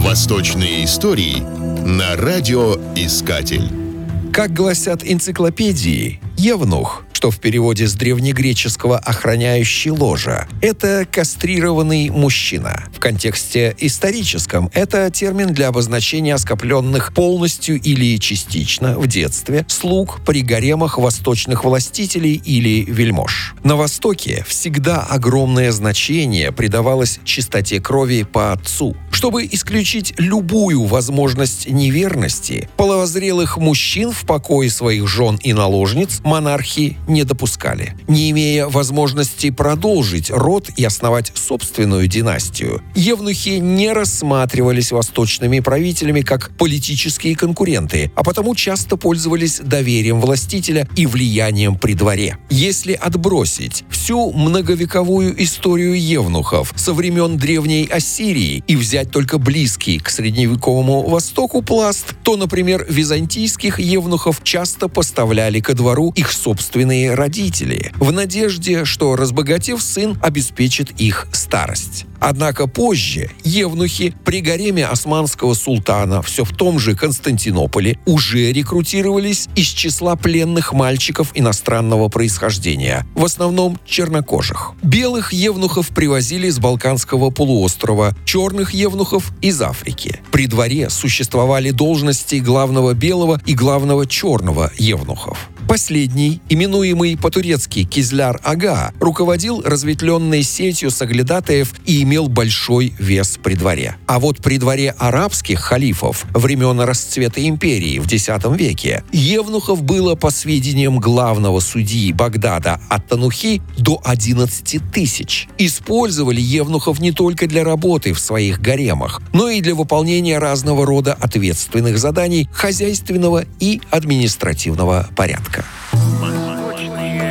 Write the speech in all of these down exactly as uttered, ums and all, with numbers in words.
Восточные истории на радиоискатель. Как гласят энциклопедии, евнух, что в переводе с древнегреческого «охраняющий ложа», это кастрированный мужчина. В контексте историческом это термин для обозначения оскопленных полностью или частично в детстве слуг при гаремах восточных властителей или вельмож. На Востоке всегда огромное значение придавалось чистоте крови по отцу. Чтобы исключить любую возможность неверности, половозрелых мужчин в покое своих жен и наложниц монархи не допускали. Не имея возможности продолжить род и основать собственную династию, евнухи не рассматривались восточными правителями как политические конкуренты, а потому часто пользовались доверием властителя и влиянием при дворе. Если отбросить всю многовековую историю евнухов со времен Древней Ассирии и взять только близкий к средневековому Востоку пласт, то, например, византийских евнухов часто поставляли ко двору их собственные родители, в надежде, что, разбогатев, сын обеспечит их старость. Однако позже евнухи при гареме османского султана все в том же Константинополе уже рекрутировались из числа пленных мальчиков иностранного происхождения, в основном чернокожих. Белых евнухов привозили с Балканского полуострова, черных евнухов – из Африки. При дворе существовали должности главного белого и главного черного евнухов. Последний, именуемый по-турецки Кизляр-ага, руководил разветвленной сетью соглядатаев и имел большой вес при дворе. А вот при дворе арабских халифов времен расцвета империи в десятом веке евнухов было, по сведениям главного судьи Багдада ат-Танухи, до одиннадцати тысяч. Использовали евнухов не только для работы в своих гаремах, но и для выполнения разного рода ответственных заданий хозяйственного и административного порядка.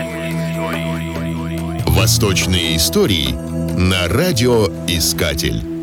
Восточные истории на радиоискатель.